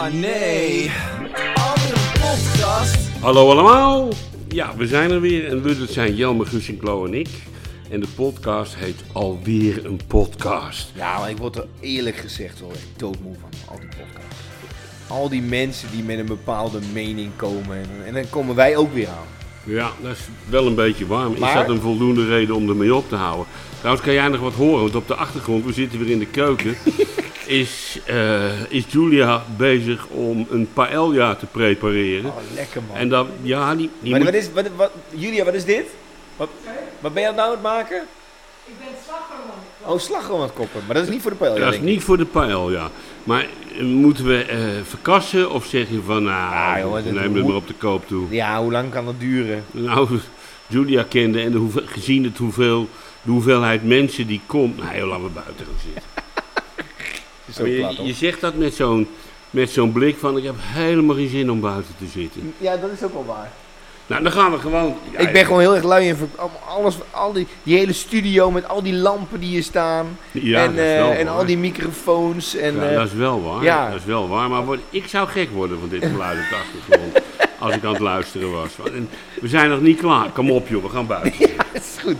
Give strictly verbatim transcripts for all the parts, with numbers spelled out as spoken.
Oh nee, alweer een podcast. Hallo allemaal. Ja, we zijn er weer en we, dat zijn Jelmer, Guus en Klo en ik. En de podcast heet Alweer een Podcast. Ja, maar ik word er eerlijk gezegd wel echt doodmoe van, al die podcasts. Al die mensen die met een bepaalde mening komen en, en dan komen wij ook weer aan. Ja, dat is wel een beetje warm. Maar... Is dat een voldoende reden om ermee op te houden? Trouwens, kan jij nog wat horen? Want op de achtergrond, we zitten weer in de keuken, is, uh, is Julia bezig om een paella te prepareren. Oh, lekker man. En dan, ja, die, die maar moet... wat is, wat, wat, Julia, wat is dit? Wat, wat ben je nou aan het maken? Ik ben slagroom aan het koken. Oh, slagroom aan het koppen. Maar dat is niet voor de paella, Dat is denk ik. niet voor de paella. Maar uh, moeten we uh, verkassen of zeg je van, nou, Ah, jongen, dit- neem het hoe- maar op de koop toe? Ja, hoe lang kan dat duren? Nou, Julia kende en de hoeve- gezien het hoeveel, de hoeveelheid mensen die komt. Nou, joh, laten we buiten gaan zitten. Het is zo Maar plat, je, hoor. je zegt dat met zo'n, met zo'n blik van, ik heb helemaal geen zin om buiten te zitten. Ja, dat is ook wel waar. Nou, dan gaan we gewoon... Ja, Ik ben gewoon heel erg lui en ver- alles, al die, die hele studio met al die lampen die hier staan. Ja, en dat is eh, wel en waar. al die microfoons. En, Ja, eh, dat is wel waar. ja. Dat is wel waar. Maar word- ik zou gek worden van dit geluid op de achtergrond. Als ik aan het luisteren was. En we zijn nog niet klaar. Kom op joh, we gaan buiten. ja, dat is goed.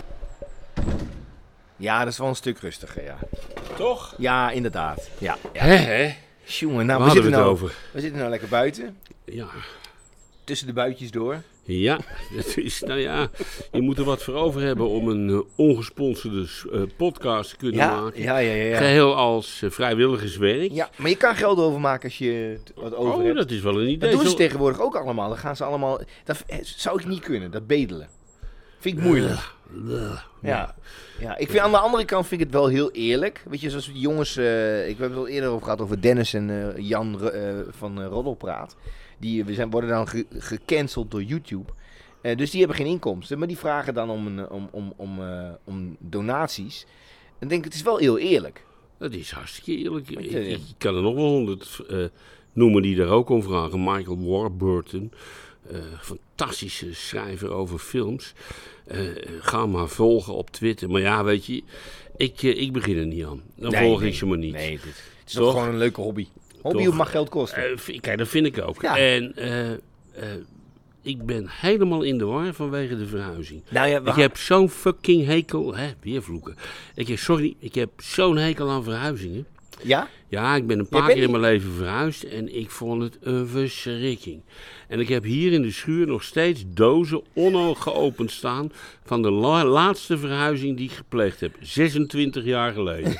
Ja, dat is wel een stuk rustiger, ja. Toch? Ja, inderdaad. Ja. Hè, hè? Jongen, nou, Waar we, hadden zitten we het nou, over? we zitten nou lekker buiten. Ja. Tussen de buitjes door. Ja, het is, nou ja, je moet er wat voor over hebben om een uh, ongesponsorde uh, podcast te kunnen Ja, maken. ja, ja, ja. ja. Geheel als uh, vrijwilligerswerk. Ja, maar je kan geld overmaken als je t- wat over Oh, hebt. dat is wel een idee. Dat doen ze Zo- tegenwoordig ook allemaal. Dan gaan ze allemaal... Dat eh, zou ik niet kunnen, dat bedelen. Vind ik moeilijk. Uh, Ja. Ja, ik vind aan de andere kant vind ik het wel heel eerlijk. Weet je, zoals die jongens, eh, ik heb het al eerder over gehad over Dennis en eh, Jan uh, van uh, Roddelpraat. Die we zijn, worden dan ge- gecanceld door YouTube. Uh, dus die hebben geen inkomsten, maar die vragen dan om, een, om, om, om, uh, om donaties. Dan denk ik, het is wel heel eerlijk. Dat is hartstikke eerlijk. Ik, je- ik kan er nog wel honderd uh, noemen die daar ook om vragen. Michael Warburton, uh, fantastische schrijver over films. Uh, ga hem maar volgen op Twitter. Maar ja, weet je, ik, uh, ik begin er niet aan. Dan Nee, volg nee, ik ze maar niet. Nee, dit, het is Toch? toch gewoon een leuke hobby. Hobby Toch? mag geld kosten. Uh, v- kijk, dat vind ik ook. Ja. En uh, uh, ik ben helemaal in de war vanwege de verhuizing. Nou ja, we Ik heb zo'n fucking hekel... Hè, weer vloeken. Ik heb, sorry, ik heb zo'n hekel aan verhuizingen. Ja? Ja, ik ben een Jij paar bent keer in niet- mijn leven verhuisd en ik vond het een verschrikking. En ik heb hier in de schuur nog steeds dozen ongeopend staan van de la- laatste verhuizing die ik gepleegd heb. zesentwintig jaar geleden.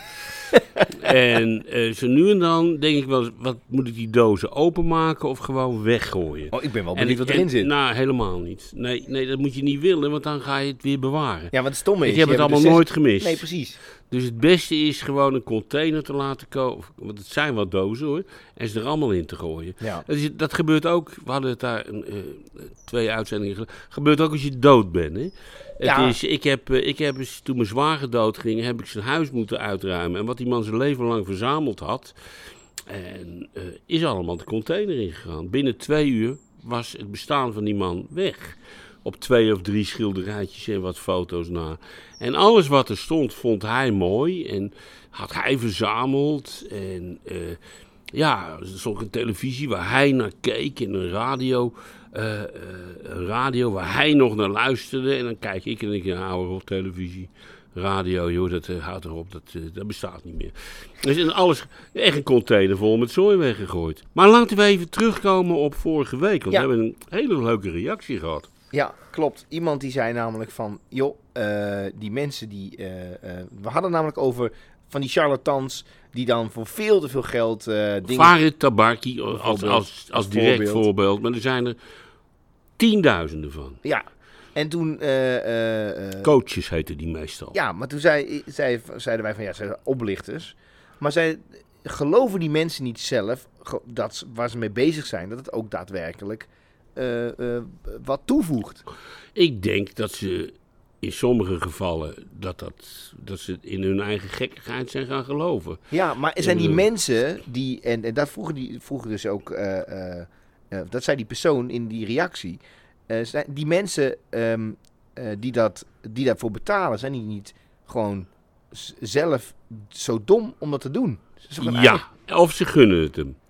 En eh, zo nu en dan denk ik wel eens, wat moet ik die dozen openmaken of gewoon weggooien? Oh, ik ben wel En benieuwd ik- wat erin en- zit. Nou, helemaal niet. Nee, nee, dat moet je niet willen, want dan ga je het weer bewaren. Ja, wat het stomme is... ik heb je het hebt allemaal dus zes- nooit gemist. Nee, precies. Dus het beste is gewoon een container te laten komen. Want het zijn wat dozen hoor. En ze er allemaal in te gooien. Ja. Dat, is, dat gebeurt ook. We hadden het daar een, uh, twee uitzendingen geleden. Gebeurt ook als je dood bent. Hè? Het Ja. is, ik heb, uh, ik heb eens, toen mijn zwager dood ging, heb ik zijn huis moeten uitruimen. En wat die man zijn leven lang verzameld had. En uh, is allemaal de container ingegaan. Binnen twee uur was het bestaan van die man weg. Op twee of drie schilderijtjes en wat foto's na. En alles wat er stond, vond hij mooi. En had hij verzameld. En uh, ja, er stond een televisie waar hij naar keek. En een radio, uh, uh, een radio waar hij nog naar luisterde. En dan kijk ik en denk, ja, hou op televisie. Radio, joh, dat uh, houdt erop, dat, uh, dat bestaat niet meer. Dus en alles, echt een container vol met zooi weggegooid. Maar laten we even terugkomen op vorige week. Want Ja. we hebben een hele leuke reactie gehad. Ja, klopt. Iemand die zei namelijk van, joh, uh, die mensen die... Uh, uh, we hadden namelijk over van die charlatans die dan voor veel te veel geld uh, dingen... Farid Tabarki als, als, Bijvoorbeeld. als, Als direct voorbeeld. voorbeeld. Maar er zijn er tienduizenden van. Ja, en toen... Uh, uh, uh, Coaches heten die meestal. ja, maar toen zei, zei, zeiden wij van, ja, ze zijn oplichters. Maar zij geloven die mensen niet zelf, ge- dat, waar ze mee bezig zijn, dat het ook daadwerkelijk uh, uh, wat toevoegt. Ik denk dat ze in sommige gevallen dat, dat, dat ze in hun eigen gekkigheid zijn gaan geloven. Ja, maar er zijn die Ja. mensen die, en, en dat vroegen, die, vroegen dus ook, uh, uh, uh, dat zei die persoon in die reactie, uh, zijn die mensen um, uh, die, dat, die daarvoor betalen, zijn die niet gewoon z- zelf zo dom om dat te doen? Ze zijn gewoon Ja, eigenlijk- of ze gunnen het hem.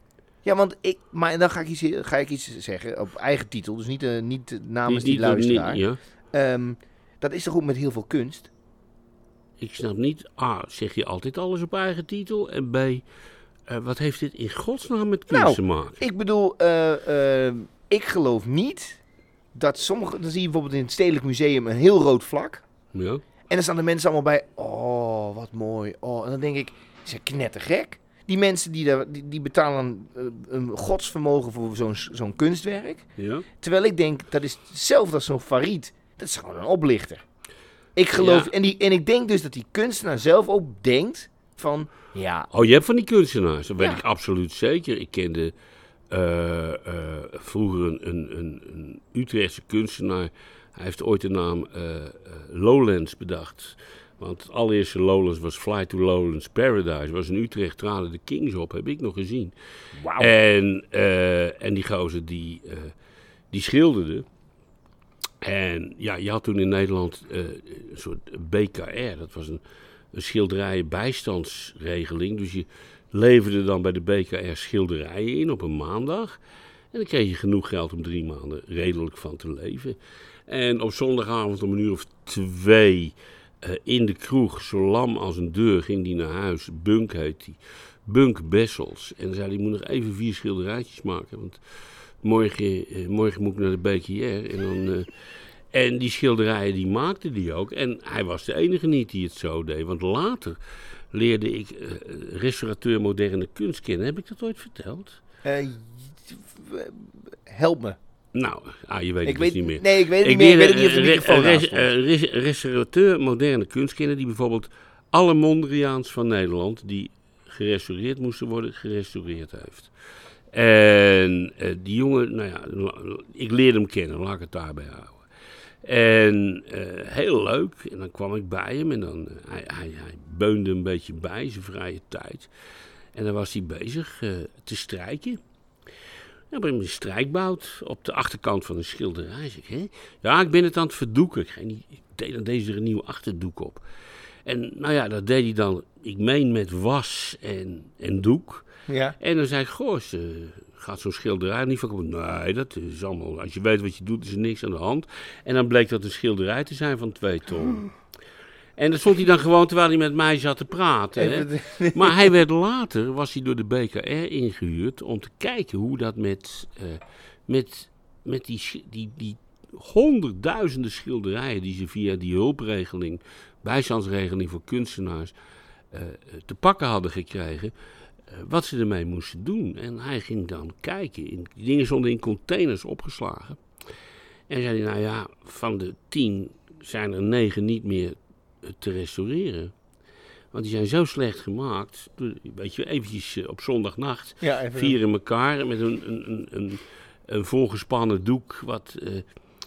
Ja, want ik... Maar dan ga ik iets, ga ik iets zeggen op eigen titel. Dus niet, uh, niet namens Die- die, die- die- luisteraar. ja. Ehm, dat is toch ook met heel veel kunst? Ik snap niet, A, zeg je altijd alles op eigen titel? En B, uh, wat heeft dit in godsnaam met kunst Nou, te maken? Ik bedoel, uh, uh, ik geloof niet dat sommige... Dan zie je bijvoorbeeld in het Stedelijk Museum een heel rood vlak. Ja. En dan staan de mensen allemaal bij... Oh, wat mooi. Oh, en dan denk ik, ze knettergek. Die mensen die, daar, die, die betalen uh, een godsvermogen voor zo'n zo'n kunstwerk. Ja. Terwijl ik denk, dat is hetzelfde als zo'n Farid. Dat is gewoon een oplichter. Ik geloof... Ja. En, die, en ik denk dus dat die kunstenaar zelf ook denkt van... Ja, Oh, je hebt van die kunstenaars, dat weet Ja. ik absoluut zeker. Ik kende uh, uh, vroeger een, een, een, een Utrechtse kunstenaar. Hij heeft ooit de naam uh, uh, Lowlands bedacht. Want het allereerste Lowlands was Fly to Lowlands Paradise. Was in Utrecht, traden de Kings op, heb ik nog gezien. wauw. En, uh, en die gozer die, uh, die schilderde. En ja, je had toen in Nederland uh, een soort B K R. Dat was een, een schilderij bijstandsregeling. Dus je leverde dan bij de B K R schilderijen in op een maandag. En dan kreeg je genoeg geld om drie maanden redelijk van te leven. En op zondagavond om een uur of twee uh, in de kroeg, zo lam als een deur, ging die naar huis. Bunk heet die. Bunk Bessels. En dan zei hij, je moet nog even vier schilderijtjes maken. Want morgen, uh, morgen moet ik naar de B K R. En, dan, uh, en die schilderijen die maakte hij ook. En hij was de enige niet die het zo deed. Want later leerde ik uh, restaurateur moderne kunst kennen. Heb ik dat ooit verteld? Uh, help me. Nou, ah, je weet Ik het weet dus niet meer. Nee, ik weet het niet meer. Ik weet het niet of de Een microfoon re- aanstond. een res- een restaurateur moderne kunst kennen die bijvoorbeeld alle Mondriaans van Nederland die gerestaureerd moesten worden, gerestaureerd heeft. En uh, die jongen, nou ja, ik leerde hem kennen, laat ik het daarbij houden. En uh, heel leuk. En dan kwam ik bij hem en dan, uh, hij, hij, hij beunde een beetje bij zijn vrije tijd. En dan was hij bezig uh, te strijken. Dan heb ik een strijkbout op de achterkant van een schilderij. Zeg, hè? Ja, ik ben het aan het verdoeken. Ik, ging niet, ik deed dan deze er een nieuw achterdoek op. En nou ja, dat deed hij dan, ik meen met was en, en doek. Ja. En dan zei ik, goh, ze, gaat zo'n schilderij niet van... Nee, dat is allemaal... Als je weet wat je doet, is er niks aan de hand. En dan bleek dat een schilderij te zijn van twee ton. En dat stond hij dan gewoon terwijl hij met mij zat te praten. Hè? Maar hij werd later, was hij door de B K R ingehuurd om te kijken hoe dat met, uh, met, met die, die, die honderdduizenden schilderijen die ze via die hulpregeling, bijstandsregeling voor kunstenaars, uh, te pakken hadden gekregen, uh, wat ze ermee moesten doen. En hij ging dan kijken. In, die dingen stonden in containers opgeslagen. En zei hij, nou ja, van de tien zijn er negen niet meer te restaureren. Want die zijn zo slecht gemaakt. Weet je, eventjes op zondagnacht. Ja, even vieren elkaar met een, een, een, een, een volgespannen doek. Wat uh, uh,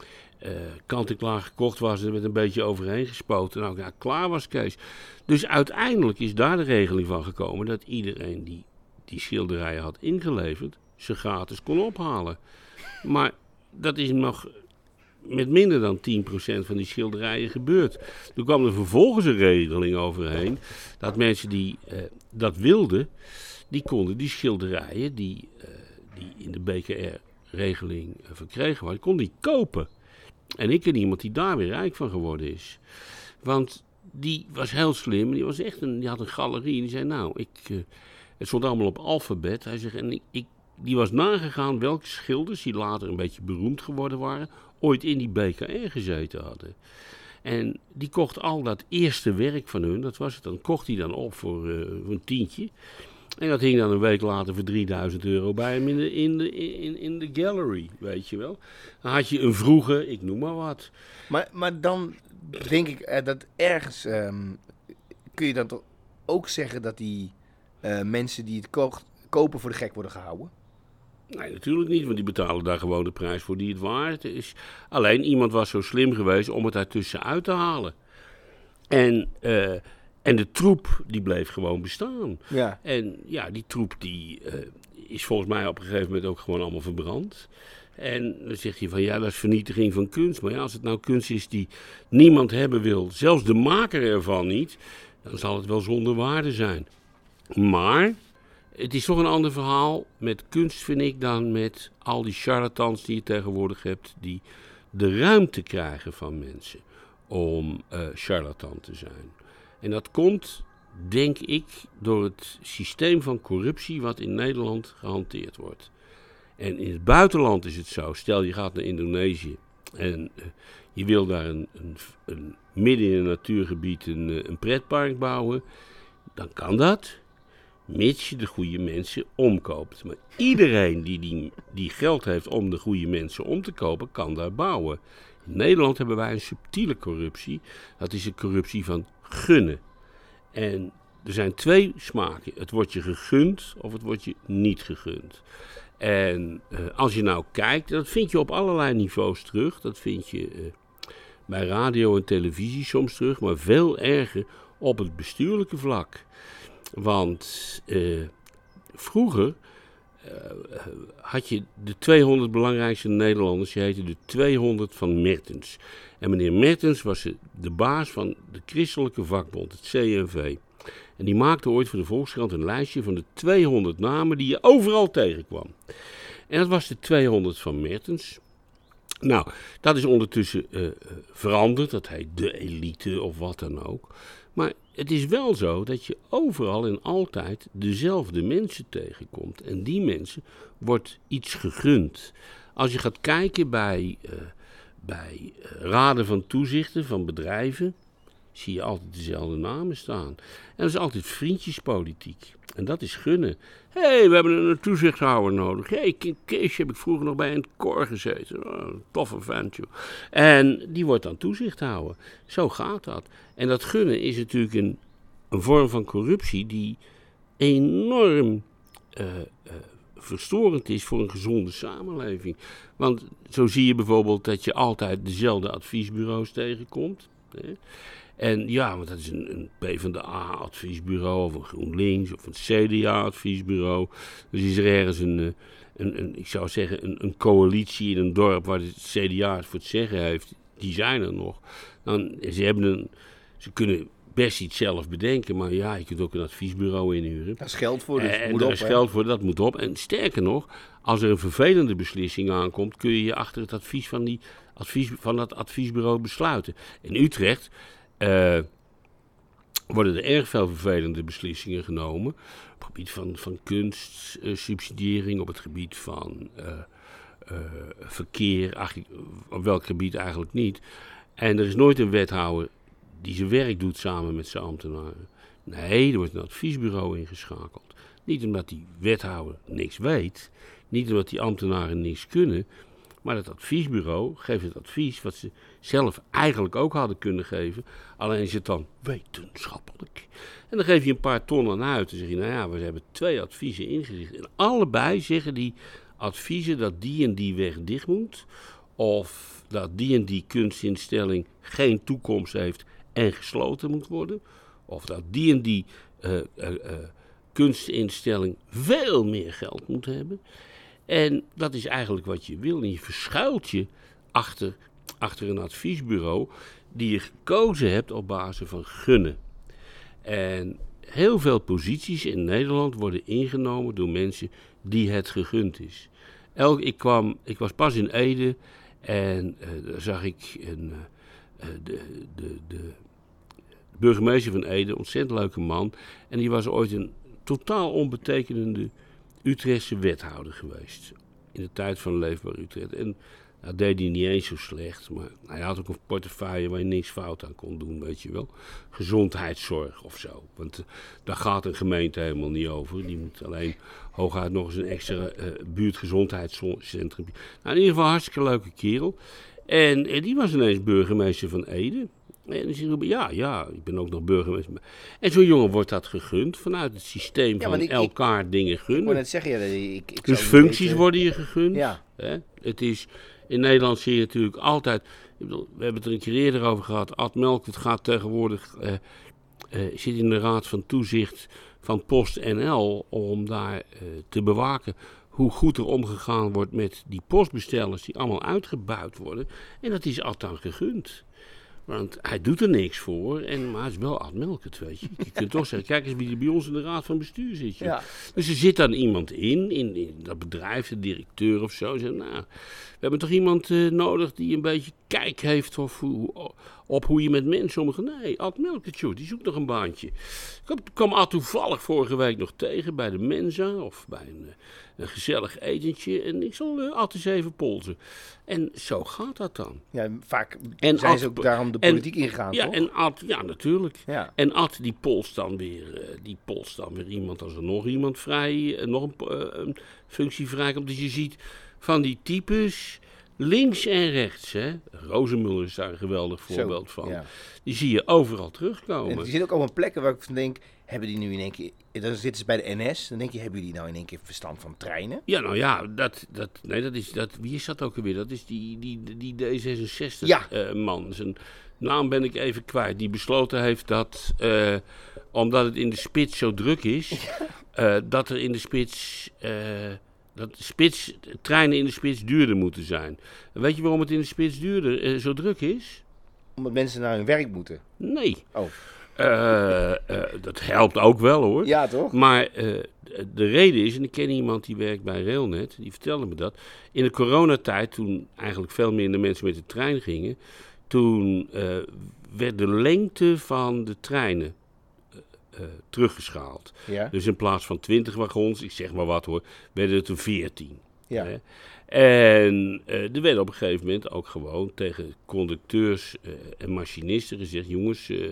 kant-en-klaar gekocht was. En met een beetje overheen gespoten. Nou, ja, klaar was Kees. Dus uiteindelijk is daar de regeling van gekomen. Dat iedereen die die schilderijen had ingeleverd, ze gratis kon ophalen. Maar dat is nog met minder dan tien procent van die schilderijen gebeurd. Toen kwam er vervolgens een regeling overheen, dat mensen die uh, dat wilden, die konden die schilderijen die, uh, die in de B K R-regeling uh, verkregen waren, konden die kopen. En ik ken iemand die daar weer rijk van geworden is. Want die was heel slim, die, was echt een, die had een galerie en die zei, nou, ik, uh, het stond allemaal op alfabet. Hij zegt, en ik, ik, die was nagegaan welke schilders, die later een beetje beroemd geworden waren, ooit in die B K R gezeten hadden. En die kocht al dat eerste werk van hun, dat was het dan, kocht hij dan op voor, uh, voor een tientje. En dat hing dan een week later voor drieduizend euro bij hem in de, in, de, in, in de gallery, weet je wel. Dan had je een vroege, ik noem maar wat. Maar, maar dan denk ik uh, dat ergens, um, kun je dan toch ook zeggen dat die uh, mensen die het kocht, kopen voor de gek worden gehouden? Nee, natuurlijk niet, want die betalen daar gewoon de prijs voor die het waard is. Alleen iemand was zo slim geweest om het daartussen uit te halen. En, uh, en de troep, die bleef gewoon bestaan. Ja. En ja, die troep die uh, is volgens mij op een gegeven moment ook gewoon allemaal verbrand. En dan zeg je van ja, dat is vernietiging van kunst. Maar ja, als het nou kunst is die niemand hebben wil, zelfs de maker ervan niet, dan zal het wel zonder waarde zijn. Maar het is toch een ander verhaal met kunst, vind ik, dan met al die charlatans die je tegenwoordig hebt, die de ruimte krijgen van mensen om uh, charlatan te zijn. En dat komt, denk ik, door het systeem van corruptie wat in Nederland gehanteerd wordt. En in het buitenland is het zo, stel je gaat naar Indonesië en uh, je wil daar een, een, een midden in een natuurgebied een, een pretpark bouwen, dan kan dat, mits je de goede mensen omkoopt. Maar iedereen die, die, die geld heeft om de goede mensen om te kopen, kan daar bouwen. In Nederland hebben wij een subtiele corruptie, dat is de corruptie van gunnen. En er zijn twee smaken, het wordt je gegund of het wordt je niet gegund. En uh, als je nou kijkt, dat vind je op allerlei niveaus terug. Dat vind je uh, bij radio en televisie soms terug, maar veel erger op het bestuurlijke vlak. Want uh, vroeger uh, had je de tweehonderd belangrijkste Nederlanders, die heten de tweehonderd van Mertens. En meneer Mertens was de baas van de christelijke vakbond, het C N V. En die maakte ooit voor de Volkskrant een lijstje van de tweehonderd namen die je overal tegenkwam. En dat was de tweehonderd van Mertens. Nou, dat is ondertussen uh, veranderd. Dat heet de elite of wat dan ook. Maar het is wel zo dat je overal en altijd dezelfde mensen tegenkomt. En die mensen wordt iets gegund. Als je gaat kijken bij, uh, bij uh, raden van toezichten van bedrijven, zie je altijd dezelfde namen staan. En dat is altijd vriendjespolitiek. En dat is gunnen. Hé, hey, we hebben een toezichthouder nodig. Hé, hey, Kees heb ik vroeger nog bij een koor gezeten. Oh, een toffe ventje. En die wordt dan toezichthouder. Zo gaat dat. En dat gunnen is natuurlijk een, een vorm van corruptie die enorm uh, uh, verstorend is voor een gezonde samenleving. Want zo zie je bijvoorbeeld dat je altijd dezelfde adviesbureaus tegenkomt. Hè? En ja, want dat is een, een PvdA-adviesbureau of een GroenLinks of een C D A-adviesbureau. Dus is er ergens een, een, een ik zou zeggen, een, een coalitie in een dorp waar het C D A het voor het zeggen heeft. Die zijn er nog. Dan, ze, hebben een, ze kunnen best iets zelf bedenken, maar ja, je kunt ook een adviesbureau inhuren. Daar is geld voor, dus en moet daar op, is hè? geld voor, dat moet op. En sterker nog, als er een vervelende beslissing aankomt, kun je je achter het advies van, die advies, van dat adviesbureau besluiten. In Utrecht Uh, worden er erg veel vervelende beslissingen genomen. Op het gebied van, van kunstsubsidiëring, uh, op het gebied van uh, uh, verkeer, eigenlijk, op welk gebied eigenlijk niet. En er is nooit een wethouder die zijn werk doet samen met zijn ambtenaren. Nee, er wordt een adviesbureau ingeschakeld. Niet omdat die wethouder niks weet, niet omdat die ambtenaren niks kunnen, maar het adviesbureau geeft het advies wat ze zelf eigenlijk ook hadden kunnen geven. Alleen is het dan wetenschappelijk. En dan geef je een paar ton aan uit. En zeg je, nou ja, we hebben twee adviezen ingericht. En allebei zeggen die adviezen dat die en die weg dicht moet. Of dat die en die kunstinstelling geen toekomst heeft en gesloten moet worden. Of dat die en die uh, uh, uh, kunstinstelling veel meer geld moet hebben. En dat is eigenlijk wat je wil. En je verschuilt je achter, achter een adviesbureau die je gekozen hebt op basis van gunnen. En heel veel posities in Nederland worden ingenomen door mensen die het gegund is. Elk, ik, kwam, ik was pas in Ede en uh, daar zag ik een, uh, de, de, de burgemeester van Ede, een ontzettend leuke man. En die was ooit een totaal onbetekenende Utrechtse wethouder geweest. In de tijd van Leefbaar Utrecht. En dat deed hij niet eens zo slecht. Maar hij had ook een portefeuille waar je niks fout aan kon doen, weet je wel. Gezondheidszorg of zo. Want uh, daar gaat een gemeente helemaal niet over. Die moet alleen hooguit nog eens een extra uh, buurtgezondheidscentrum. Nou, in ieder geval een hartstikke leuke kerel. En, en die was ineens burgemeester van Ede. En dan zeg je, ja, ja, ik ben ook nog burgemeester. En zo'n jongen wordt dat gegund vanuit het systeem Ja, van ik- dingen Ik gunnen. wou net zeggen, ja, ik, ik Dus zou niet functies weten- worden je gegund. Ja. Hè? Het is, in Nederland zie je natuurlijk altijd, ik bedoel, we hebben het er een keer eerder over gehad, Ad Melkert gaat tegenwoordig, uh, uh, zit in de raad van toezicht van PostNL om daar uh, te bewaken hoe goed er omgegaan wordt met die postbestellers die allemaal uitgebuit worden. En dat is Ad dan gegund. Want hij doet er niks voor, en, maar hij is wel Ad-Melkert, weet je. Je kunt toch zeggen, kijk eens wie er bij ons in de raad van bestuur zit. Ja. Dus er zit dan iemand in, in, in dat bedrijf, de directeur of zo. Zegt, nou, we hebben toch iemand uh, nodig die een beetje kijk heeft of hoe, op hoe je met mensen omgaat. Nee, Ad-Melkert, joh, die zoekt nog een baantje. Ik kwam Ad toevallig vorige week nog tegen bij de Mensa of bij een, een gezellig etentje. En ik zal uh, Ad eens even polsen. En zo gaat dat dan. Ja, vaak En zijn Ad, ze ook daarom de en, politiek ingegaan, ja, toch? En Ad, ja, natuurlijk. Ja. En Ad die polst dan weer, uh, die polst dan weer iemand als er nog iemand vrij, uh, nog een, uh, een functie vrijkomt. Dus je ziet van die types links en rechts, hè. Rozenmuller is daar een geweldig voorbeeld Zo, van. ja. Die zie je overal terugkomen. En die zitten ook allemaal plekken waar ik van denk, hebben die nu in één keer... Dan zitten ze bij de N S, dan denk je, hebben jullie nou in één keer verstand van treinen? Ja, nou ja, dat, dat, nee, dat is, dat, wie is dat ook alweer? Dat is die, die, die D zesenzestig Ja. uh, man. Zijn naam ben ik even kwijt. Die besloten heeft dat, uh, omdat het in de spits zo druk is, uh, dat er in de spits... Uh, dat de spits, treinen in de spits duurder moeten zijn. En weet je waarom het in de spits duurder uh, zo druk is? Omdat mensen naar hun werk moeten. Nee. Oh. Uh, uh, dat helpt ook wel, hoor. Ja, toch? Maar uh, de reden is, en ik ken iemand die werkt bij Railnet, die vertelde me dat. In de coronatijd, toen eigenlijk veel minder mensen met de trein gingen, toen uh, werd de lengte van de treinen uh, uh, teruggeschaald. Ja. Dus in plaats van twintig wagons, ik zeg maar wat hoor, werden het er veertien. Ja. Hè? En uh, er werd op een gegeven moment ook gewoon tegen conducteurs uh, en machinisten gezegd, jongens, uh,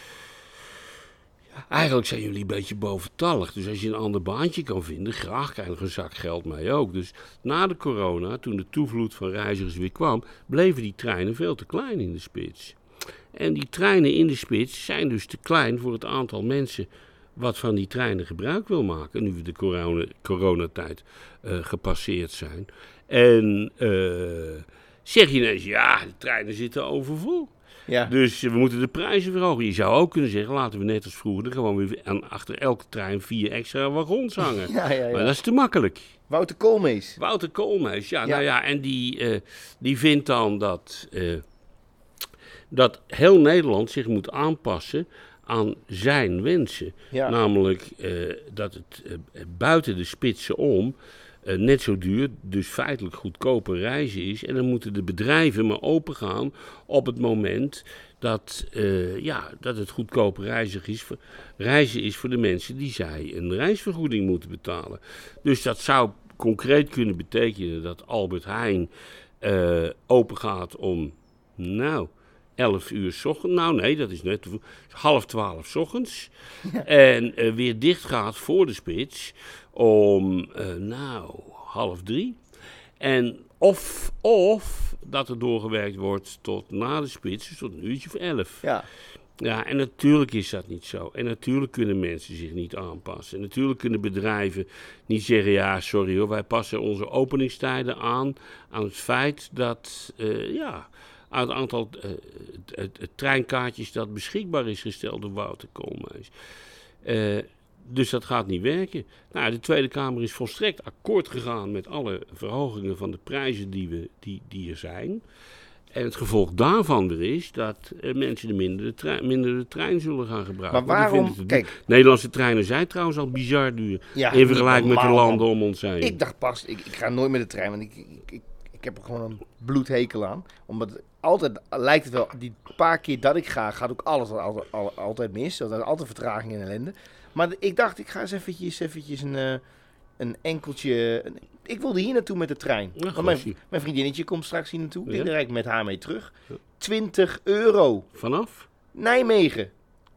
ja, eigenlijk zijn jullie een beetje boventallig. Dus als je een ander baantje kan vinden, graag krijg je een zak geld mee ook. Dus na de corona, toen de toevloed van reizigers weer kwam, bleven die treinen veel te klein in de spits. En die treinen in de spits zijn dus te klein voor het aantal mensen wat van die treinen gebruik wil maken, nu we de corona, coronatijd uh, gepasseerd zijn. En uh, zeg je ineens, ja, de treinen zitten overvol. Ja. Dus uh, we moeten de prijzen verhogen. Je zou ook kunnen zeggen, laten we net als vroeger er gewoon weer aan, achter elke trein vier extra wagons hangen. Ja, ja, ja. Maar dat is te makkelijk. Wouter Koolmees. Wouter Koolmees, ja, Ja. nou ja, en die, uh, die vindt dan dat, uh, dat heel Nederland zich moet aanpassen aan zijn wensen. Ja. Namelijk uh, dat het uh, buiten de spitsen om uh, net zo duur, dus feitelijk goedkoper reizen is. En dan moeten de bedrijven maar opengaan op het moment dat, uh, ja, dat het goedkoper reizen is, voor, reizen is voor de mensen die zij een reisvergoeding moeten betalen. Dus dat zou concreet kunnen betekenen dat Albert Heijn uh, open gaat om, nou, elf uur 's ochtends. Nou nee, dat is net half twaalf 's ochtends. Ja. En uh, weer dicht gaat voor de spits om, uh, nou, half drie. En of, of dat er doorgewerkt wordt tot na de spits, dus tot een uurtje of elf. Ja. Ja, en natuurlijk is dat niet zo. En natuurlijk kunnen mensen zich niet aanpassen. En natuurlijk kunnen bedrijven niet zeggen, ja, sorry hoor, wij passen onze openingstijden aan aan het feit dat, uh, ja, aan het aantal uh, het, het, het treinkaartjes dat beschikbaar is gesteld door Wouter Koolmees. Uh, dus dat gaat niet werken. Nou, de Tweede Kamer is volstrekt akkoord gegaan met alle verhogingen van de prijzen die, we, die, die er zijn. En het gevolg daarvan weer is dat uh, mensen de minder, de trein, minder de trein zullen gaan gebruiken. Maar waarom? Kijk, Nederlandse treinen zijn trouwens al bizar duur. Ja, in vergelijking met de normaal, landen om ons heen. Ik dacht pas, ik, ik ga nooit met de trein, want ik, ik, ik, ik heb er gewoon een bloedhekel aan. Omdat altijd lijkt het wel, die paar keer dat ik ga, gaat ook alles altijd, altijd, altijd mis. Er is altijd vertraging en ellende. Maar ik dacht, ik ga eens eventjes, eventjes een, uh, een enkeltje... Een, ik wilde hier naartoe met de trein. Ja, Want mijn, mijn vriendinnetje komt straks hier naartoe. Ja. Ik rijd met haar mee terug. twintig euro. Vanaf? Nijmegen.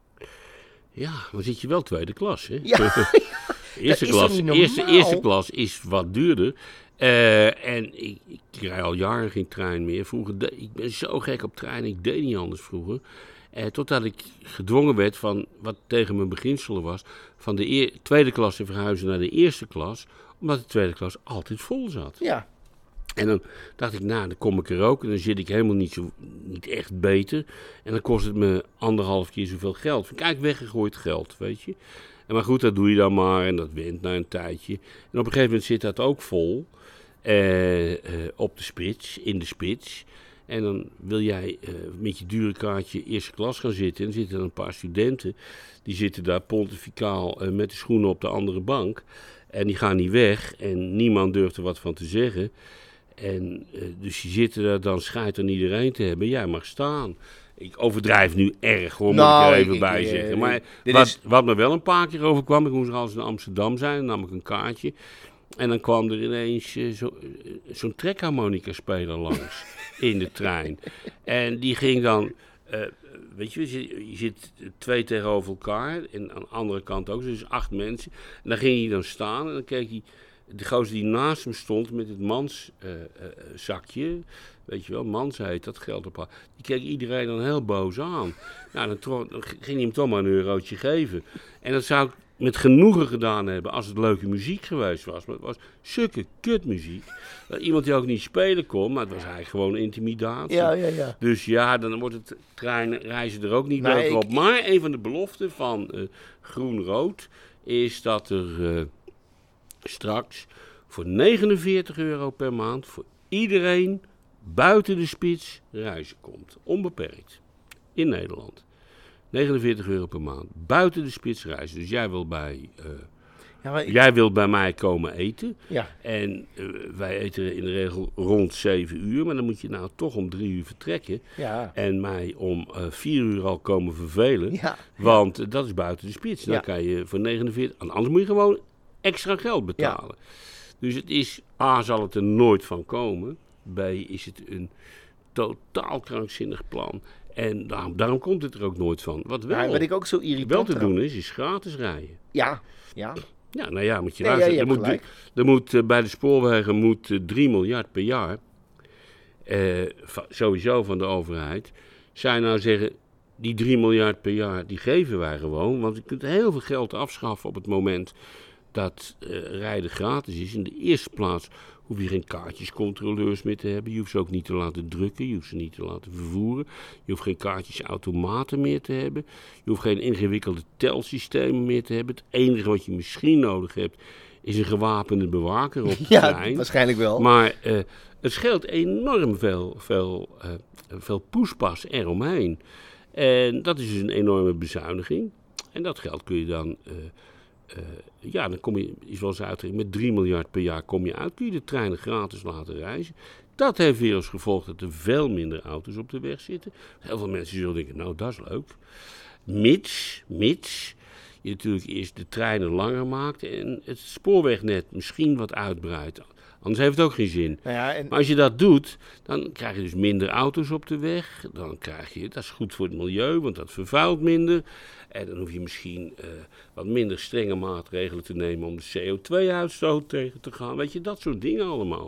Ja, dan zit je wel tweede klas, hè? Ja. eerste, is klas, toch niet eerste, normaal? eerste klas is wat duurder. Uh, en ik, ik rij al jaren geen trein meer. Vroeger de, ik ben zo gek op treinen, ik deed niet anders vroeger. Uh, totdat ik gedwongen werd van, wat tegen mijn beginselen was, van de eer, tweede klas te verhuizen naar de eerste klas, omdat de tweede klas altijd vol zat. Ja. En dan dacht ik, nou, dan kom ik er ook en dan zit ik helemaal niet, zo, niet echt beter. En dan kost het me anderhalf keer zoveel geld. Vind ik eigenlijk weggegooid geld, weet je. En maar goed, dat doe je dan maar en dat wint na een tijdje. En op een gegeven moment zit dat ook vol uh, uh, op de spits, in de spits. En dan wil jij uh, met je dure kaartje eerste klas gaan zitten. En dan zitten er een paar studenten. Die zitten daar pontificaal uh, met de schoenen op de andere bank. En die gaan niet weg. En niemand durft er wat van te zeggen. En uh, dus die zitten daar dan schijt aan iedereen te hebben. Jij mag staan. Ik overdrijf nu erg, hoor, nou, moet ik er even ik, bij ik, zeggen. Uh, maar dit wat, is... wat me wel een paar keer overkwam, ik moest al eens in Amsterdam zijn, dan nam ik een kaartje. En dan kwam er ineens uh, zo, uh, zo'n trekharmonica-speler langs in de trein. En die ging dan, uh, weet je, je zit, je zit twee tegenover elkaar en aan de andere kant ook, dus acht mensen. En dan ging hij dan staan en dan keek hij, de gozer die naast hem stond met het manszakje, uh, uh, weet je wel, mans heet dat, geld op haar. Die keek iedereen dan heel boos aan. Nou, dan, tro- dan ging hij hem toch maar een eurotje geven. En dat zou ik met genoegen gedaan hebben als het leuke muziek geweest was. Maar het was zulke kutmuziek. Uh, iemand die ook niet spelen kon, maar het was eigenlijk gewoon intimidatie. Ja, ja, ja. Dus ja, dan wordt het treinreizen er ook niet Nee, beter ik- op. Maar een van de beloften van uh, Groen-Rood is dat er uh, straks voor negenenveertig euro per maand voor iedereen buiten de spits reizen komt. Onbeperkt. In Nederland. negenenveertig euro per maand. Buiten de spits reizen. Dus jij wil bij, uh, Ja, maar ik- jij wilt bij mij komen eten. ja. En uh, wij eten in de regel rond zeven uur. Maar dan moet je nou toch om drie uur vertrekken. Ja. En mij om uh, vier uur al komen vervelen. Ja. Want uh, dat is buiten de spits. Dan Ja. kan je voor negenenveertig... Anders moet je gewoon extra geld betalen. Dus het is... A, zal het er nooit van komen. B, is het een totaal krankzinnig plan. En daarom, daarom komt het er ook nooit van. Wat wel, Ja, wat ik ook zo irritant wel te eraan- doen is, is gratis rijden. Ja. Ja. Ja, nou ja, moet je Nee, ja, luisteren. je er hebt moet, gelijk. er moet, uh, bij de spoorwegen moet uh, drie miljard per jaar, uh, va- sowieso van de overheid. Zou je nou zeggen, die drie miljard per jaar, die geven wij gewoon. Want je kunt heel veel geld afschaffen op het moment dat uh, rijden gratis is. In de eerste plaats hoef je geen kaartjescontroleurs meer te hebben. Je hoeft ze ook niet te laten drukken. Je hoeft ze niet te laten vervoeren. Je hoeft geen kaartjesautomaten meer te hebben. Je hoeft geen ingewikkelde telsystemen meer te hebben. Het enige wat je misschien nodig hebt is een gewapende bewaker op de Ja, trein. waarschijnlijk wel. Maar uh, het scheelt enorm veel, veel, uh, veel poespas eromheen. En dat is dus een enorme bezuiniging. En dat geld kun je dan... Uh, Uh, ja, dan kom je, is wel eens uitgerekend, met drie miljard per jaar kom je uit. Kun je de treinen gratis laten reizen. Dat heeft weer als gevolg dat er veel minder auto's op de weg zitten. Heel veel mensen zullen denken, nou, dat is leuk. Mits, mits, je natuurlijk eerst de treinen langer maakt en het spoorwegnet misschien wat uitbreidt. Anders heeft het ook geen zin. Nou ja, en... Maar als je dat doet, dan krijg je dus minder auto's op de weg. Dan krijg je, dat is goed voor het milieu, want dat vervuilt minder. En dan hoef je misschien uh, wat minder strenge maatregelen te nemen om de C O twee uitstoot tegen te gaan. Weet je, dat soort dingen allemaal.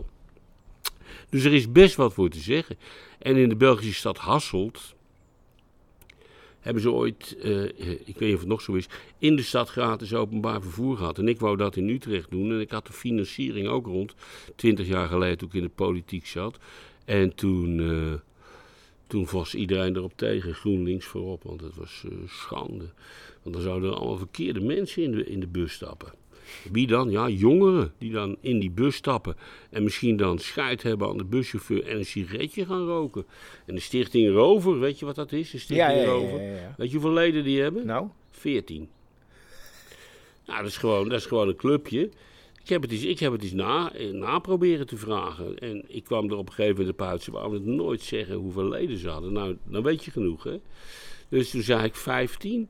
Dus er is best wat voor te zeggen. En in de Belgische stad Hasselt hebben ze ooit, uh, ik weet niet of het nog zo is, in de stad gratis openbaar vervoer gehad. En ik wou dat in Utrecht doen en ik had de financiering ook rond, twintig jaar geleden toen ik in de politiek zat. En toen, uh, toen was iedereen erop tegen, GroenLinks voorop, want het was uh, schande. Want dan zouden er allemaal verkeerde mensen in de, in de bus stappen. Wie dan? Ja, jongeren die dan in die bus stappen en misschien dan scheid hebben aan de buschauffeur en een sigaretje gaan roken. En de Stichting Rover, weet je wat dat is? De Stichting Ja, ja, ja, Rover. ja, ja. Weet je hoeveel leden die hebben? Nou? veertien. Nou, dat is gewoon, dat is gewoon een clubje. Ik heb het eens, ik heb het eens na, na proberen te vragen. En ik kwam er op een gegeven moment op uit. Ze wouden het nooit zeggen hoeveel leden ze hadden. Nou, dan weet je genoeg, hè. Dus toen zei ik vijftien.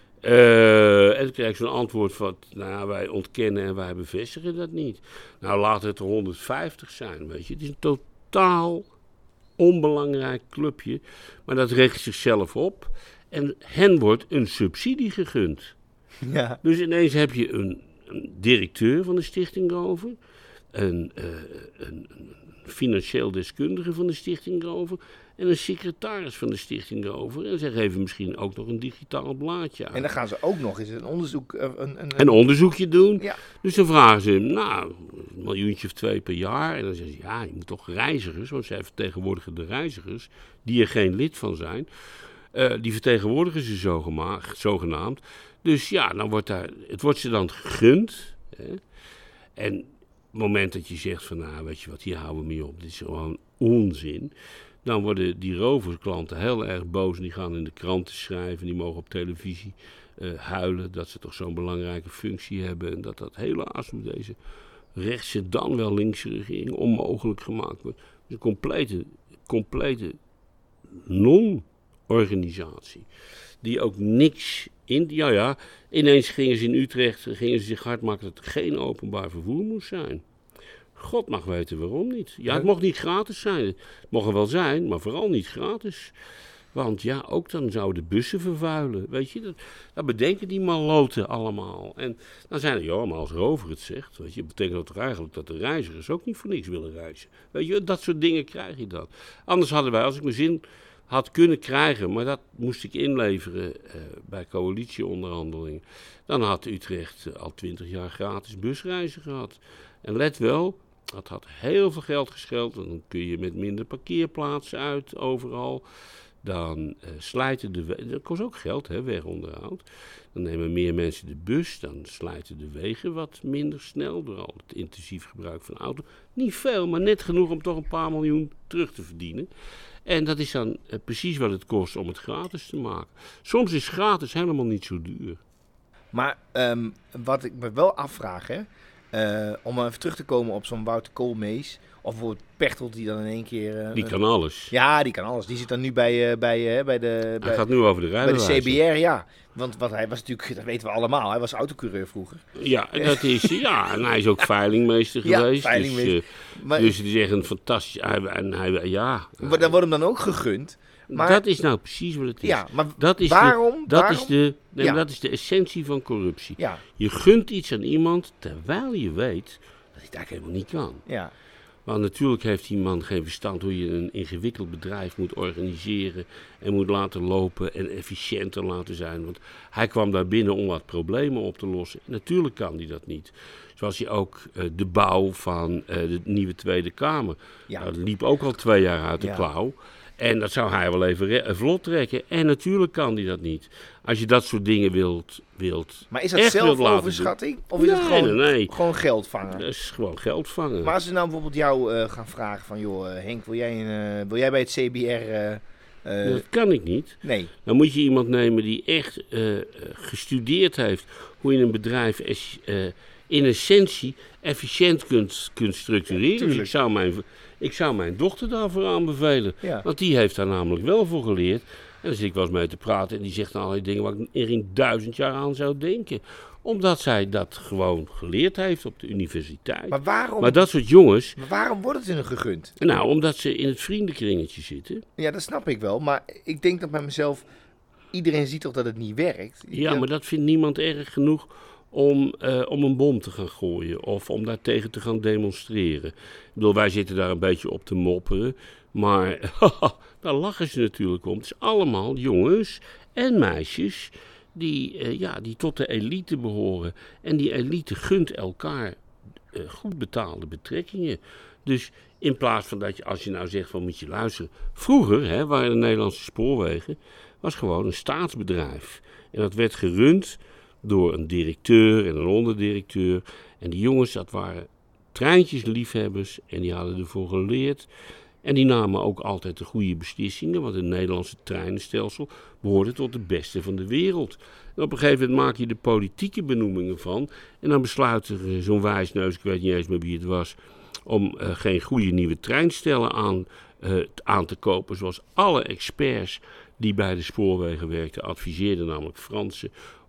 Uh, en toen kreeg ik zo'n antwoord van, nou, wij ontkennen en wij bevestigen dat niet. Nou, laat het er honderdvijftig zijn, weet je. Het is een totaal onbelangrijk clubje, maar dat richt zichzelf op. En hen wordt een subsidie gegund. Ja. Dus ineens heb je een, een directeur van de Stichting Rover, een, uh, een, een financieel deskundige van de Stichting Rover en een secretaris van de Stichting Rover. En ze geven misschien ook nog een digitaal blaadje uit. En dan gaan ze ook nog eens een onderzoek... uh, Een, een, Een onderzoekje doen. Ja. Dus dan vragen ze hem, nou, een miljoentje of twee per jaar. En dan zeggen ze, ja, je moet toch reizigers, want zij vertegenwoordigen de reizigers, die er geen lid van zijn. Uh, die vertegenwoordigen ze zogema- zogenaamd. Dus ja, dan wordt daar, het wordt ze dan gegund. Hè? En op het moment dat je zegt van, nou, weet je wat, hier houden we mee op. Dit is gewoon onzin. Dan worden die roversklanten heel erg boos en die gaan in de kranten schrijven. Die mogen op televisie uh, huilen dat ze toch zo'n belangrijke functie hebben. En dat dat helaas met deze rechtse dan wel linkse regering onmogelijk gemaakt wordt. Dus een complete, complete non-organisatie. Die ook niks in... Ja, ja, ineens gingen ze in Utrecht gingen ze zich hard maken dat er geen openbaar vervoer moest zijn. God mag weten waarom niet. Ja, het mocht niet gratis zijn. Het mocht er wel zijn, maar vooral niet gratis. Want ja, ook dan zouden de bussen vervuilen. Weet je, dat, dat bedenken die maloten allemaal. En dan zijn er, ja, maar als Rover het zegt, weet je, betekent dat toch eigenlijk dat de reizigers ook niet voor niks willen reizen. Weet je, dat soort dingen krijg je dan. Anders hadden wij, als ik mijn zin had kunnen krijgen, maar dat moest ik inleveren uh, bij coalitieonderhandelingen, dan had Utrecht uh, al twintig jaar gratis busreizen gehad. En let wel, dat had heel veel geld gescheeld. En dan kun je met minder parkeerplaatsen uit overal. Dan uh, slijten de wegen, dat kost ook geld, hè, wegonderhoud. Dan nemen meer mensen de bus, dan slijten de wegen wat minder snel door al het intensief gebruik van auto. Niet veel, maar net genoeg om toch een paar miljoen terug te verdienen. En dat is dan uh, precies wat het kost om het gratis te maken. Soms is gratis helemaal niet zo duur. Maar um, wat ik me wel afvraag, hè, uh, om even terug te komen op zo'n Wouter Koolmees, of bijvoorbeeld Pechtold die dan in één keer... Uh, die kan alles. Ja, die kan alles. Die zit dan nu bij, uh, bij, uh, bij de... Hij bij, gaat nu over de bij rijbewijzen. de C B R, ja. Want wat hij was natuurlijk, dat weten we allemaal, hij was autocoureur vroeger. Ja, dat is, ja, en hij is ook veilingmeester Ja, geweest. veilingmeester. Dus, uh, Maar, dus het is echt een fantastisch... Hij, en hij, ja, maar dat wordt hem dan ook gegund. Maar, dat is nou precies wat het is. ja, maar dat is waarom? De, dat, waarom? Is de, nee, Ja. dat is de essentie van corruptie. Ja, Je gunt iets aan iemand terwijl je weet dat hij het eigenlijk helemaal niet kan. ja. Want natuurlijk heeft die man geen verstand hoe je een ingewikkeld bedrijf moet organiseren en moet laten lopen en efficiënter laten zijn. Want hij kwam daar binnen om wat problemen op te lossen. Natuurlijk kan hij dat niet. Zoals hij ook uh, de bouw van uh, de nieuwe Tweede Kamer. Ja. Dat liep ook al twee jaar uit de Ja. klauw. En dat zou hij wel even re- vlot trekken. En natuurlijk kan hij dat niet. Als je dat soort dingen wilt, wilt Maar is dat echt wilt laten zelfoverschatting? Of is Nee, het gewoon, nee, nee. gewoon geld vangen? Dat is gewoon geld vangen. Maar als ze nou bijvoorbeeld jou uh, gaan vragen van, joh uh, Henk, wil jij, een, uh, wil jij bij het C B R... Uh, uh, dat kan ik niet. nee. Dan moet je iemand nemen die echt uh, gestudeerd heeft hoe je een bedrijf es, uh, in essentie efficiënt kunt, kunt structureren. Dus ik zou, mijn, ik zou mijn dochter daarvoor aanbevelen. Ja. Want die heeft daar namelijk wel voor geleerd. En dan zit ik wel eens mee te praten en die zegt dan allerlei dingen waar ik er in duizend jaar aan zou denken. Omdat zij dat gewoon geleerd heeft op de universiteit. Maar waarom, Maar dat soort jongens, maar waarom wordt het hun gegund? nou, omdat ze in het vriendenkringetje zitten. Ja, dat snap ik wel. Maar ik denk dat bij mezelf, iedereen ziet toch dat het niet werkt? Ik, Ja, uh, maar dat vindt niemand erg genoeg om, uh, om een bom te gaan gooien of om daar tegen te gaan demonstreren. Ik bedoel, wij zitten daar een beetje op te mopperen, maar daar lachen ze natuurlijk om. Het is allemaal jongens en meisjes die, uh, ja, die tot de elite behoren. En die elite gunt elkaar uh, goed betaalde betrekkingen. Dus in plaats van dat je, als je nou zegt van moet je luisteren. Vroeger, hè, waren de Nederlandse spoorwegen, was gewoon een staatsbedrijf. En dat werd gerund door een directeur en een onderdirecteur. En die jongens, dat waren treintjesliefhebbers en die hadden ervoor geleerd. En die namen ook altijd de goede beslissingen, want het Nederlandse treinenstelsel behoorde tot de beste van de wereld. En op een gegeven moment maak je de politieke benoemingen van. En dan besluit er uh, zo'n wijsneus, ik weet niet eens meer wie het was, om uh, geen goede nieuwe treinstellen aan, uh, aan te kopen. Zoals alle experts die bij de spoorwegen werkten adviseerden, namelijk Franse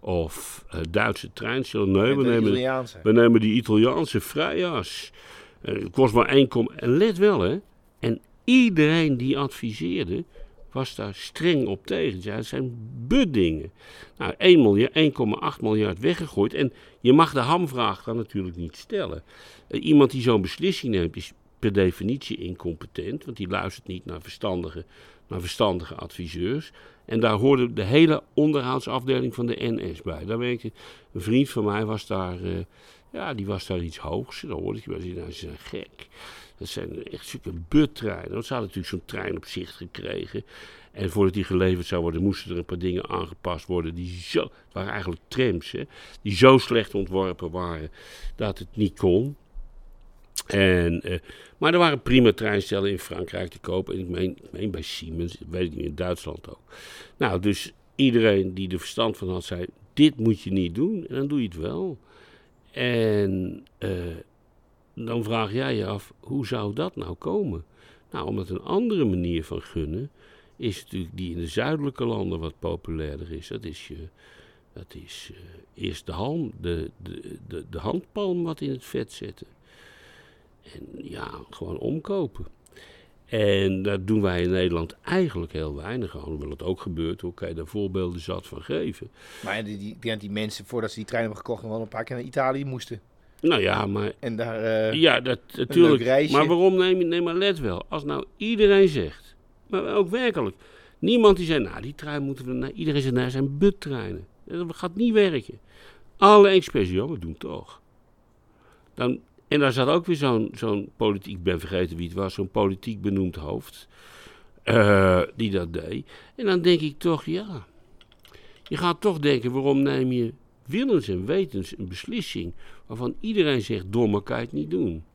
of uh, Duitse treinstellen. Nee, we de nemen, Italiaanse. we nemen die Italiaanse Freias. Uh, het kost maar één komma... En let wel, hè. En iedereen die adviseerde, was daar streng op tegen. Ja, dat zijn buddingen. Nou, één komma acht miljard weggegooid. En je mag de hamvraag dan natuurlijk niet stellen. Uh, iemand die zo'n beslissing neemt, is per definitie incompetent. Want die luistert niet naar verstandige, naar verstandige adviseurs. En daar hoorde de hele onderhoudsafdeling van de N S bij. Daar werkte een vriend van mij, was daar, uh, ja, die was daar iets hoogs. Dan hoorde ik wel eens, nou, ze zijn gek. Dat zijn echt zulke buttreinen. Want ze hadden natuurlijk zo'n trein op zicht gekregen. En voordat die geleverd zou worden, moesten er een paar dingen aangepast worden. Die zo, het waren eigenlijk trams, hè, die zo slecht ontworpen waren dat het niet kon. En, uh, maar er waren prima treinstellen in Frankrijk te kopen. En ik meen, ik meen bij Siemens, weet ik niet, in Duitsland ook. Nou, dus iedereen die er verstand van had, zei, dit moet je niet doen. En dan doe je het wel. En uh, dan vraag jij je af, hoe zou dat nou komen? Nou, omdat een andere manier van gunnen is natuurlijk die in de zuidelijke landen wat populairder is. Dat is, uh, dat is uh, eerst de, halm, de, de, de, de handpalm wat in het vet zetten. En ja, gewoon omkopen. En daar doen wij in Nederland eigenlijk heel weinig aan. Hoewel het ook gebeurt, hoe kan je daar voorbeelden zat van geven. Maar die, die, die, die mensen, voordat ze die trein hebben gekocht, nog wel een paar keer naar Italië moesten. Nou ja, maar... En daar uh, ja, dat natuurlijk. Maar waarom neem je... Nee, maar let wel. Als nou iedereen zegt, maar ook werkelijk, niemand die zegt, nou, die trein moeten we... Nou, iedereen zegt, nou, zijn buttreinen. Dat gaat niet werken. Alle experts, ja, we doen het toch. Dan... En daar zat ook weer zo'n, zo'n politiek, ik ben vergeten wie het was, zo'n politiek benoemd hoofd, uh, die dat deed. En dan denk ik toch, ja, je gaat toch denken, waarom neem je willens en wetens een beslissing waarvan iedereen zegt, domme kan je het niet doen.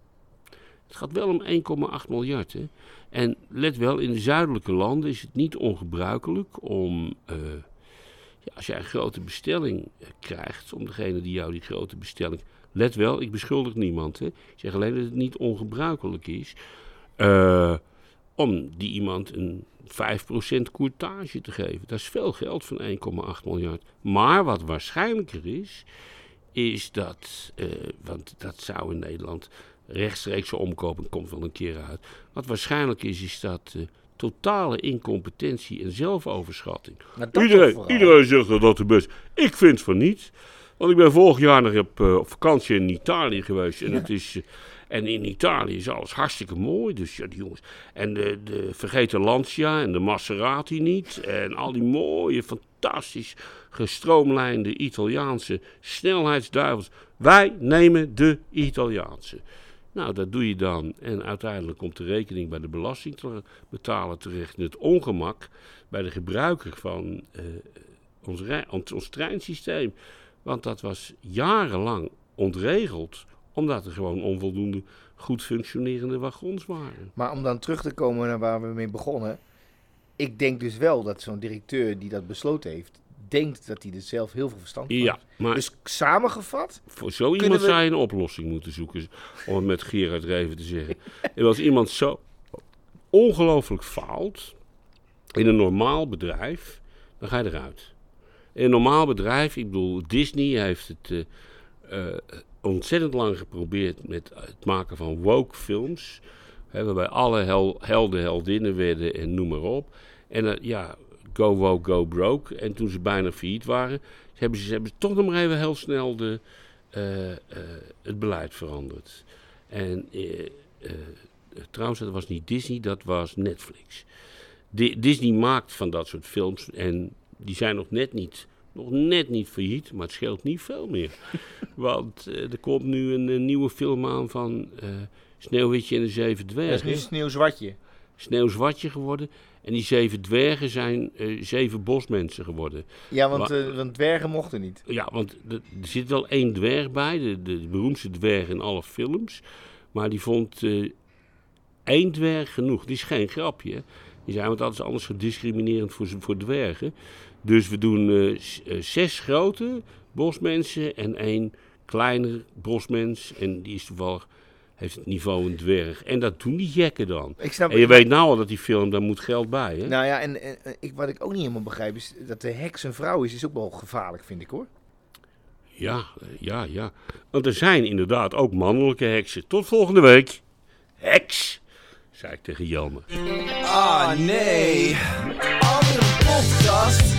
Het gaat wel om één komma acht miljard, hè. En let wel, in de zuidelijke landen is het niet ongebruikelijk om, uh, ja, als jij een grote bestelling uh, krijgt, om degene die jou die grote bestelling... Let wel, ik beschuldig niemand. Hè. Ik zeg alleen dat het niet ongebruikelijk is uh, om die iemand een vijf procent courtage te geven. Dat is veel geld van één komma acht miljard. Maar wat waarschijnlijker is, is dat, uh, want dat zou in Nederland rechtstreekse omkoping komt wel een keer uit. Wat waarschijnlijk is, is dat uh, totale incompetentie en zelfoverschatting. Iedereen, iedereen zegt dat dat de best. Ik vind van niet. Want ik ben vorig jaar nog op, uh, op vakantie in Italië geweest. En, ja. het is, uh, en in Italië is alles hartstikke mooi. Dus ja, die jongens. En de, de vergeten Lancia en de Maserati niet. En al die mooie, fantastisch gestroomlijnde Italiaanse snelheidsduivels. Wij nemen de Italiaanse. Nou, dat doe je dan. En uiteindelijk komt de rekening bij de belastingbetaler terecht. En het ongemak bij de gebruiker van uh, ons, rij, ons, ons treinsysteem. Want dat was jarenlang ontregeld, omdat er gewoon onvoldoende goed functionerende wagons waren. Maar om dan terug te komen naar waar we mee begonnen. Ik denk dus wel dat zo'n directeur die dat besloten heeft, denkt dat hij er zelf heel veel verstand van ja, heeft. Maar dus samengevat... Voor zo iemand we... zou je een oplossing moeten zoeken, om het met Gerard Reven te zeggen. En als iemand zo ongelooflijk faalt in een normaal bedrijf, dan ga je eruit. In een normaal bedrijf, ik bedoel, Disney heeft het uh, uh, ontzettend lang geprobeerd met het maken van woke films. Hè, waarbij alle hel, helden, heldinnen werden en noem maar op. En uh, ja, go woke, go broke. En toen ze bijna failliet waren, hebben ze, hebben ze toch nog maar even heel snel de, uh, uh, het beleid veranderd. En uh, uh, trouwens, dat was niet Disney, dat was Netflix. Di- Disney maakt van dat soort films en... Die zijn nog net niet, nog net niet failliet, maar het scheelt niet veel meer. Want uh, er komt nu een, een nieuwe film aan van uh, Sneeuwwitje en de Zeven Dwergen. Dat is nu Sneeuwzwartje. Sneeuwzwartje geworden. En die zeven dwergen zijn uh, zeven bosmensen geworden. Ja, want, Wa- uh, want dwergen mochten niet. Ja, want de, er zit wel één dwerg bij, de, de, de beroemdste dwerg in alle films. Maar die vond uh, één dwerg genoeg. Die is geen grapje, hè. Die zijn want dat is anders gediscriminerend voor, voor dwergen. Dus we doen uh, s- uh, zes grote bosmensen en één kleiner bosmens. En die is toevallig, heeft het niveau een dwerg. En dat doen die jekken dan. Ik snap, en je weet nou al dat die film, daar moet geld bij, hè? Nou ja, en, en ik, wat ik ook niet helemaal begrijp is dat de heks een vrouw is. Is ook wel gevaarlijk, vind ik, hoor. Ja, uh, ja, ja. Want er zijn inderdaad ook mannelijke heksen. Tot volgende week. Heks, zei ik tegen Jelmer. Ah, nee. Andere podcast.